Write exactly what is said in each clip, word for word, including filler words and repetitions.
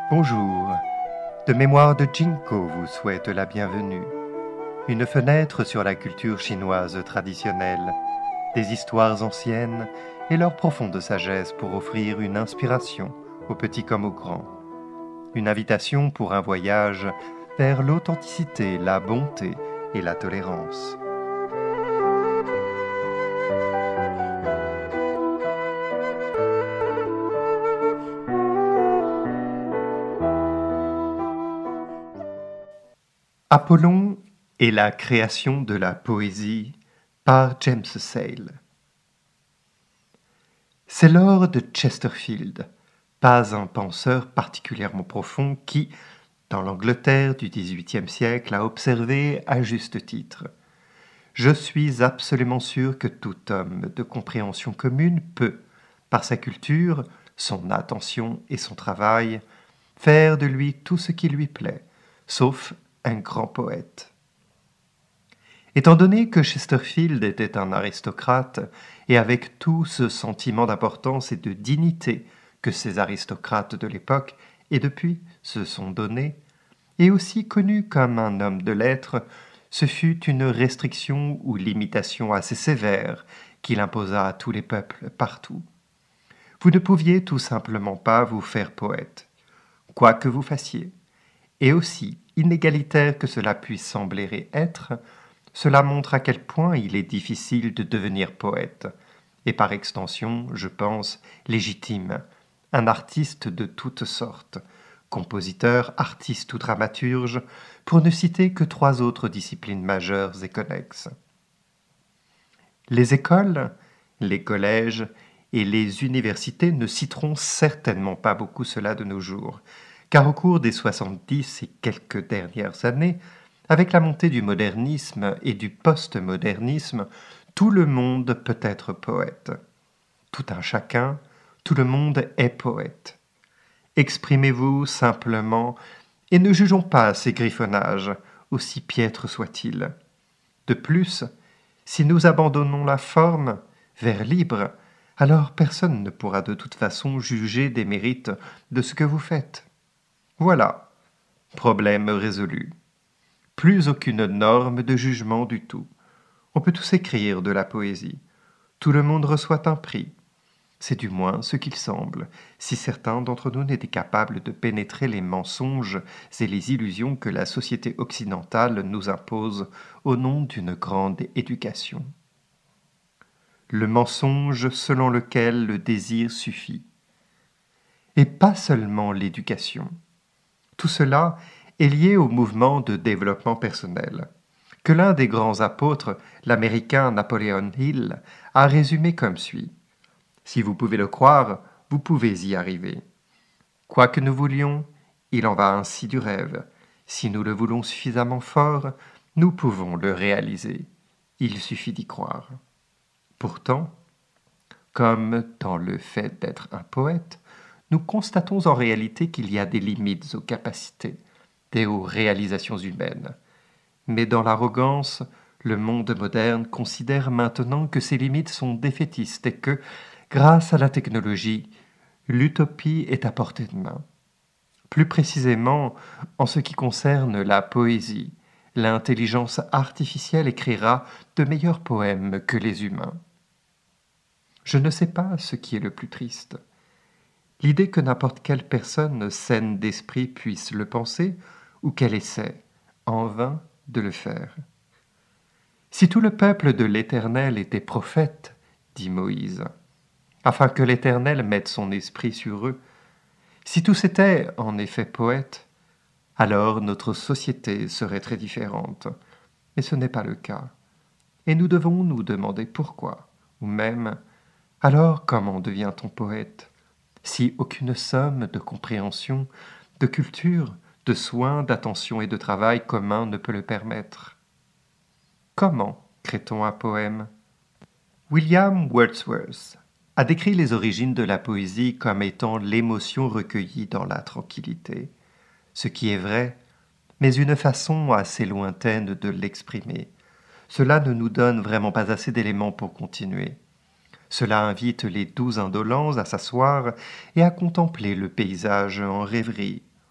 Bonjour, de Mémoire de Jinko vous souhaite la bienvenue. Une fenêtre sur la culture chinoise traditionnelle, des histoires anciennes et leur profonde sagesse pour offrir une inspiration aux petits comme aux grands. Une invitation pour un voyage vers l'authenticité, la bonté et la tolérance. Apollon et la création de la poésie par James Sale. C'est Lord Chesterfield, pas un penseur particulièrement profond qui, dans l'Angleterre du dix-huitième siècle, a observé à juste titre « Je suis absolument sûr que tout homme de compréhension commune peut, par sa culture, son attention et son travail, faire de lui tout ce qui lui plaît, sauf un grand poète. » Étant donné que Chesterfield était un aristocrate, et avec tout ce sentiment d'importance et de dignité que ces aristocrates de l'époque et depuis se sont donnés, et aussi connu comme un homme de lettres, ce fut une restriction ou limitation assez sévère qu'il imposa à tous les peuples partout. Vous ne pouviez tout simplement pas vous faire poète, quoi que vous fassiez, et aussi inégalitaire que cela puisse sembler être, cela montre à quel point il est difficile de devenir poète, et par extension, je pense, légitime, un artiste de toutes sortes, compositeur, artiste ou dramaturge, pour ne citer que trois autres disciplines majeures et connexes. Les écoles, les collèges et les universités ne citeront certainement pas beaucoup cela de nos jours, car au cours des soixante-dix et quelques dernières années, avec la montée du modernisme et du postmodernisme, tout le monde peut être poète. Tout un chacun, tout le monde est poète. Exprimez-vous simplement et ne jugeons pas ces griffonnages, aussi piètres soient-ils. De plus, si nous abandonnons la forme, vers libre, alors personne ne pourra de toute façon juger des mérites de ce que vous faites. Voilà, problème résolu. Plus aucune norme de jugement du tout. On peut tous écrire de la poésie. Tout le monde reçoit un prix. C'est du moins ce qu'il semble, si certains d'entre nous n'étaient capables de pénétrer les mensonges et les illusions que la société occidentale nous impose au nom d'une grande éducation. Le mensonge selon lequel le désir suffit. Et pas seulement l'éducation. Tout cela est lié au mouvement de développement personnel, que l'un des grands apôtres, l'américain Napoleon Hill, a résumé comme suit. Si vous pouvez le croire, vous pouvez y arriver. Quoi que nous voulions, il en va ainsi du rêve. Si nous le voulons suffisamment fort, nous pouvons le réaliser. Il suffit d'y croire. Pourtant, comme dans le fait d'être un poète, nous constatons en réalité qu'il y a des limites aux capacités et aux réalisations humaines. Mais dans l'arrogance, le monde moderne considère maintenant que ces limites sont défaitistes et que, grâce à la technologie, l'utopie est à portée de main. Plus précisément, en ce qui concerne la poésie, l'intelligence artificielle écrira de meilleurs poèmes que les humains. Je ne sais pas ce qui est le plus triste. L'idée que n'importe quelle personne saine d'esprit puisse le penser, ou qu'elle essaie, en vain, de le faire. Si tout le peuple de l'Éternel était prophète, dit Moïse, afin que l'Éternel mette son esprit sur eux, si tous étaient en effet poètes, alors notre société serait très différente. Mais ce n'est pas le cas. Et nous devons nous demander pourquoi, ou même, alors comment devient-on poète, si aucune somme de compréhension, de culture, de soins, d'attention et de travail commun ne peut le permettre. Comment crée-t-on un poème? William Wordsworth a décrit les origines de la poésie comme étant l'émotion recueillie dans la tranquillité, ce qui est vrai, mais une façon assez lointaine de l'exprimer. Cela ne nous donne vraiment pas assez d'éléments pour continuer. Cela invite les doux indolents à s'asseoir et à contempler le paysage en rêverie,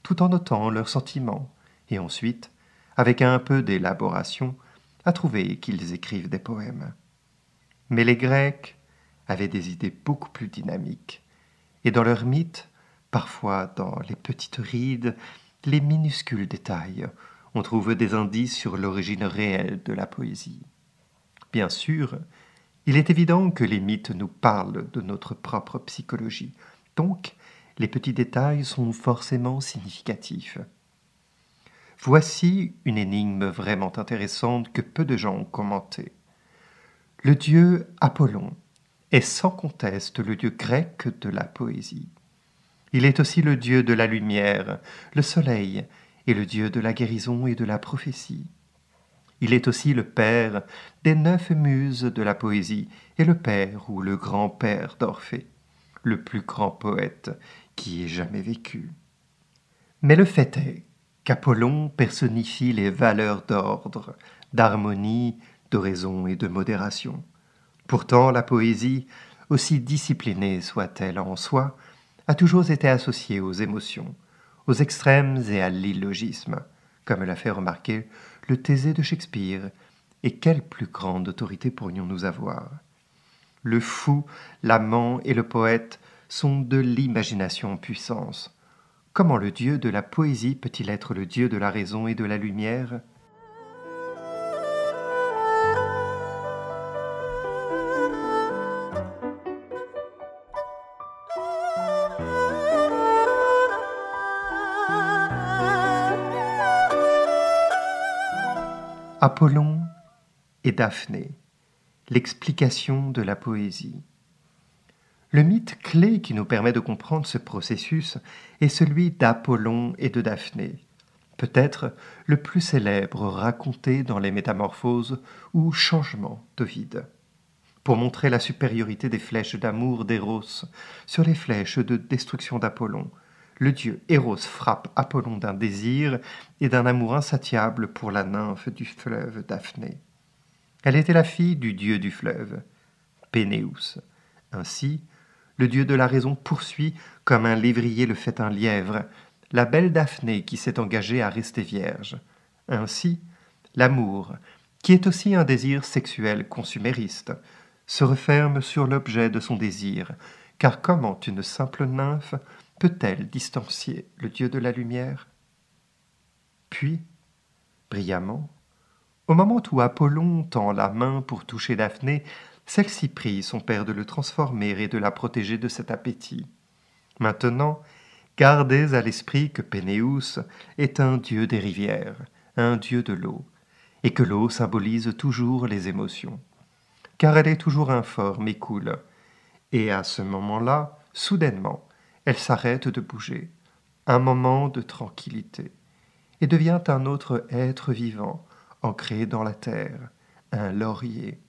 tout en notant leurs sentiments, et ensuite, avec un peu d'élaboration, à trouver qu'ils écrivent des poèmes. Mais les Grecs avaient des idées beaucoup plus dynamiques, et dans leurs mythes, parfois dans les petites rides, les minuscules détails, on trouve des indices sur l'origine réelle de la poésie. Bien sûr, il est évident que les mythes nous parlent de notre propre psychologie, donc les petits détails sont forcément significatifs. Voici une énigme vraiment intéressante que peu de gens ont commentée. Le dieu Apollon est sans conteste le dieu grec de la poésie. Il est aussi le dieu de la lumière, le soleil, et le dieu de la guérison et de la prophétie. Il est aussi le père des neuf muses de la poésie et le père ou le grand-père d'Orphée, le plus grand poète qui ait jamais vécu. Mais le fait est qu'Apollon personnifie les valeurs d'ordre, d'harmonie, de raison et de modération. Pourtant, la poésie, aussi disciplinée soit-elle en soi, a toujours été associée aux émotions, aux extrêmes et à l'illogisme, comme l'a fait remarquer le Thésée de Shakespeare. Et quelle plus grande autorité pourrions-nous avoir? Le fou, l'amant et le poète sont de l'imagination en puissance. Comment le dieu de la poésie peut-il être le dieu de la raison et de la lumière? Apollon et Daphné, l'explication de la poésie. Le mythe clé qui nous permet de comprendre ce processus est celui d'Apollon et de Daphné, peut-être le plus célèbre raconté dans les Métamorphoses ou Changements d'Ovide, pour montrer la supériorité des flèches d'amour d'Éros sur les flèches de destruction d'Apollon. Le dieu Éros frappe Apollon d'un désir et d'un amour insatiable pour la nymphe du fleuve Daphné. Elle était la fille du dieu du fleuve, Pénéus. Ainsi, le dieu de la raison poursuit, comme un lévrier le fait un lièvre, la belle Daphné qui s'est engagée à rester vierge. Ainsi, l'amour, qui est aussi un désir sexuel consumériste, se referme sur l'objet de son désir, car comment une simple nymphe peut-elle distancier le dieu de la lumière? Puis, brillamment, au moment où Apollon tend la main pour toucher Daphné, celle-ci prie son père de le transformer et de la protéger de cet appétit. Maintenant, gardez à l'esprit que Pénéus est un dieu des rivières, un dieu de l'eau, et que l'eau symbolise toujours les émotions, car elle est toujours informe et coule, et à ce moment-là, soudainement, elle s'arrête de bouger, un moment de tranquillité, et devient un autre être vivant, ancré dans la terre, un laurier.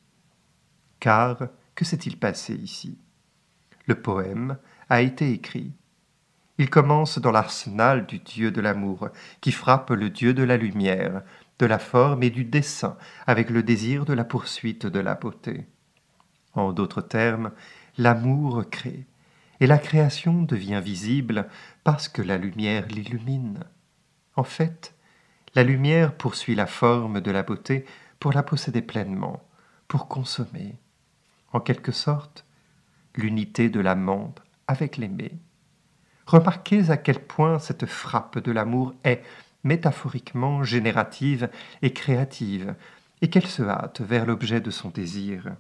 Car, que s'est-il passé ici? Le poème a été écrit. Il commence dans l'arsenal du dieu de l'amour, qui frappe le dieu de la lumière, de la forme et du dessin, avec le désir de la poursuite de la beauté. En d'autres termes, l'amour crée, et la création devient visible parce que la lumière l'illumine. En fait, la lumière poursuit la forme de la beauté pour la posséder pleinement, pour consommer. En quelque sorte, l'unité de l'amant avec l'aimé. Remarquez à quel point cette frappe de l'amour est métaphoriquement générative et créative, et qu'elle se hâte vers l'objet de son désir.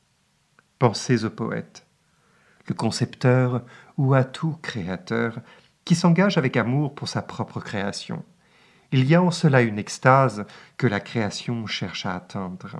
Pensez au poète, le concepteur ou à tout créateur qui s'engage avec amour pour sa propre création. Il y a en cela une extase que la création cherche à atteindre.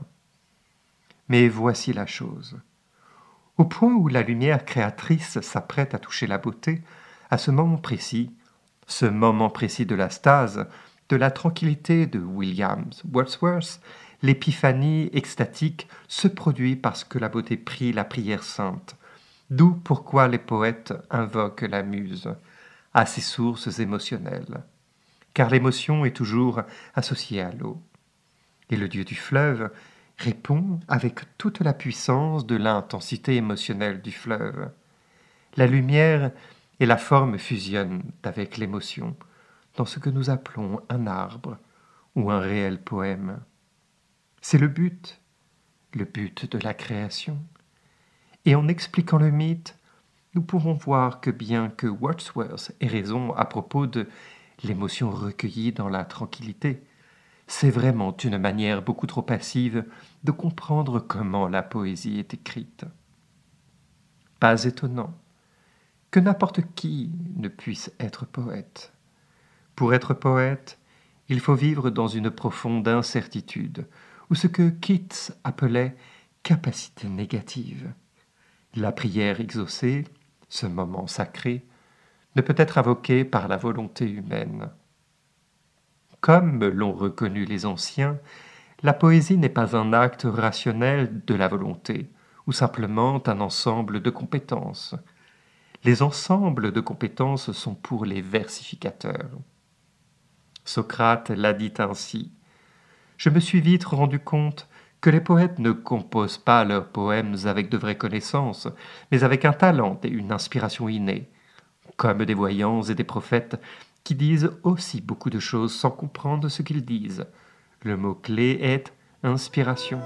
Mais voici la chose. Au point où la lumière créatrice s'apprête à toucher la beauté, à ce moment précis, ce moment précis de la stase, de la tranquillité de William Wordsworth, l'épiphanie extatique se produit parce que la beauté prie la prière sainte, d'où pourquoi les poètes invoquent la muse, à ses sources émotionnelles, car l'émotion est toujours associée à l'eau. Et le dieu du fleuve répond avec toute la puissance de l'intensité émotionnelle du fleuve. La lumière et la forme fusionnent avec l'émotion, dans ce que nous appelons un arbre ou un réel poème. C'est le but, le but de la création. Et en expliquant le mythe, nous pourrons voir que bien que Wordsworth ait raison à propos de l'émotion recueillie dans la tranquillité, c'est vraiment une manière beaucoup trop passive de comprendre comment la poésie est écrite. Pas étonnant que n'importe qui ne puisse être poète. Pour être poète, il faut vivre dans une profonde incertitude, ou ce que Keats appelait capacité négative. La prière exaucée, ce moment sacré, ne peut être invoqué par la volonté humaine. Comme l'ont reconnu les anciens, la poésie n'est pas un acte rationnel de la volonté, ou simplement un ensemble de compétences. Les ensembles de compétences sont pour les versificateurs. Socrate l'a dit ainsi. Je me suis vite rendu compte que les poètes ne composent pas leurs poèmes avec de vraies connaissances, mais avec un talent et une inspiration innée, comme des voyants et des prophètes qui disent aussi beaucoup de choses sans comprendre ce qu'ils disent. Le mot-clé est inspiration.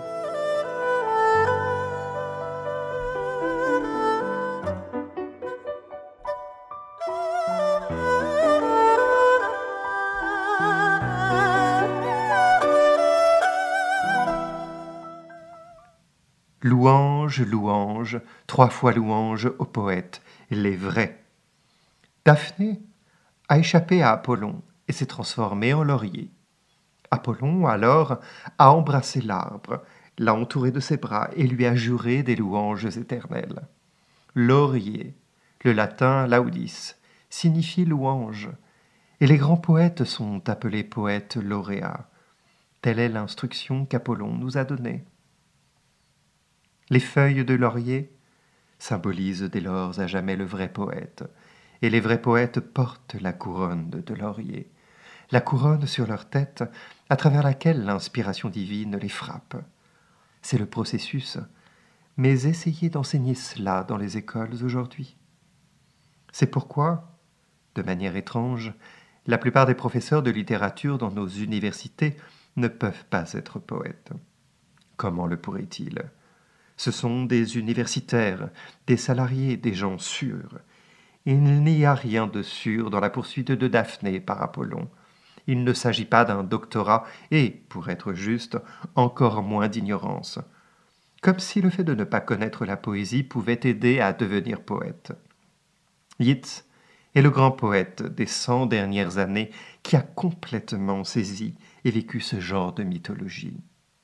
Louange, louange, trois fois louange aux poètes, les vrais. Daphné a échappé à Apollon et s'est transformée en laurier. Apollon, alors, a embrassé l'arbre, l'a entouré de ses bras et lui a juré des louanges éternelles. Laurier, le latin laudis, signifie louange, et les grands poètes sont appelés poètes lauréats. Telle est l'instruction qu'Apollon nous a donnée. Les feuilles de laurier symbolisent dès lors à jamais le vrai poète, et les vrais poètes portent la couronne de laurier, la couronne sur leur tête à travers laquelle l'inspiration divine les frappe. C'est le processus, mais essayez d'enseigner cela dans les écoles aujourd'hui. C'est pourquoi, de manière étrange, la plupart des professeurs de littérature dans nos universités ne peuvent pas être poètes. Comment le pourraient-ils ? Ce sont des universitaires, des salariés, des gens sûrs. Il n'y a rien de sûr dans la poursuite de Daphné par Apollon. Il ne s'agit pas d'un doctorat et, pour être juste, encore moins d'ignorance. Comme si le fait de ne pas connaître la poésie pouvait aider à devenir poète. Yeats est le grand poète des cent dernières années qui a complètement saisi et vécu ce genre de mythologie.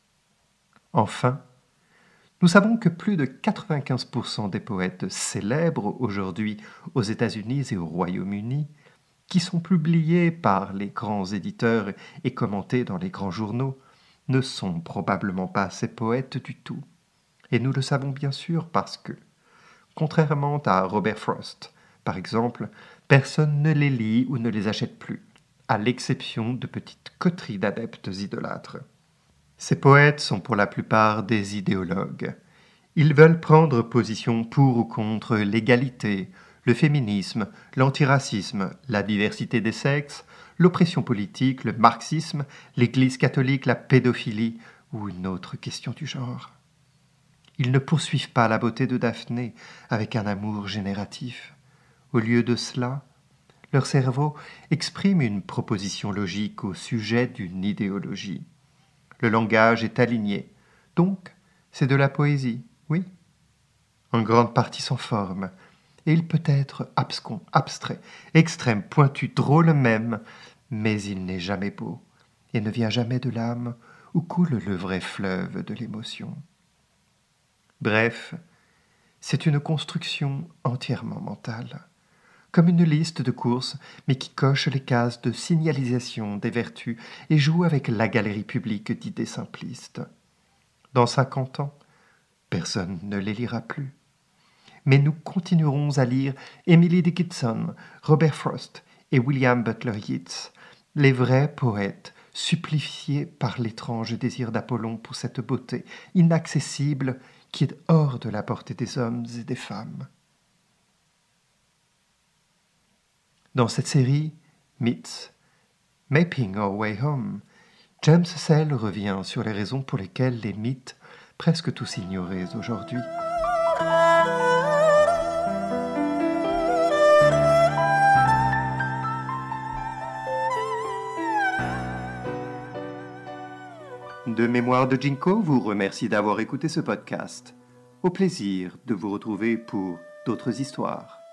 Enfin, nous savons que plus de quatre-vingt-quinze pour cent des poètes célèbres aujourd'hui aux États-Unis et au Royaume-Uni, qui sont publiés par les grands éditeurs et commentés dans les grands journaux, ne sont probablement pas ces poètes du tout. Et nous le savons bien sûr parce que, contrairement à Robert Frost, par exemple, personne ne les lit ou ne les achète plus, à l'exception de petites coteries d'adeptes idolâtres. Ces poètes sont pour la plupart des idéologues. Ils veulent prendre position pour ou contre l'égalité, le féminisme, l'antiracisme, la diversité des sexes, l'oppression politique, le marxisme, l'Église catholique, la pédophilie ou une autre question du genre. Ils ne poursuivent pas la beauté de Daphné avec un amour génératif. Au lieu de cela, leur cerveau exprime une proposition logique au sujet d'une idéologie. Le langage est aligné, donc c'est de la poésie, oui. En grande partie sans forme, et il peut être abscon, abstrait, extrême, pointu, drôle même, mais il n'est jamais beau, et ne vient jamais de l'âme où coule le vrai fleuve de l'émotion. Bref, c'est une construction entièrement mentale, comme une liste de courses, mais qui coche les cases de signalisation des vertus et joue avec la galerie publique d'idées simplistes. Dans cinquante ans, personne ne les lira plus. Mais nous continuerons à lire Emily Dickinson, Robert Frost et William Butler Yeats, les vrais poètes supplifiés par l'étrange désir d'Apollon pour cette beauté inaccessible qui est hors de la portée des hommes et des femmes. Dans cette série, Myths, Mapping Our Way Home, James Sell revient sur les raisons pour lesquelles les mythes, presque tous ignorés aujourd'hui, De Mémoire de Jinko vous remercie d'avoir écouté ce podcast. Au plaisir de vous retrouver pour d'autres histoires.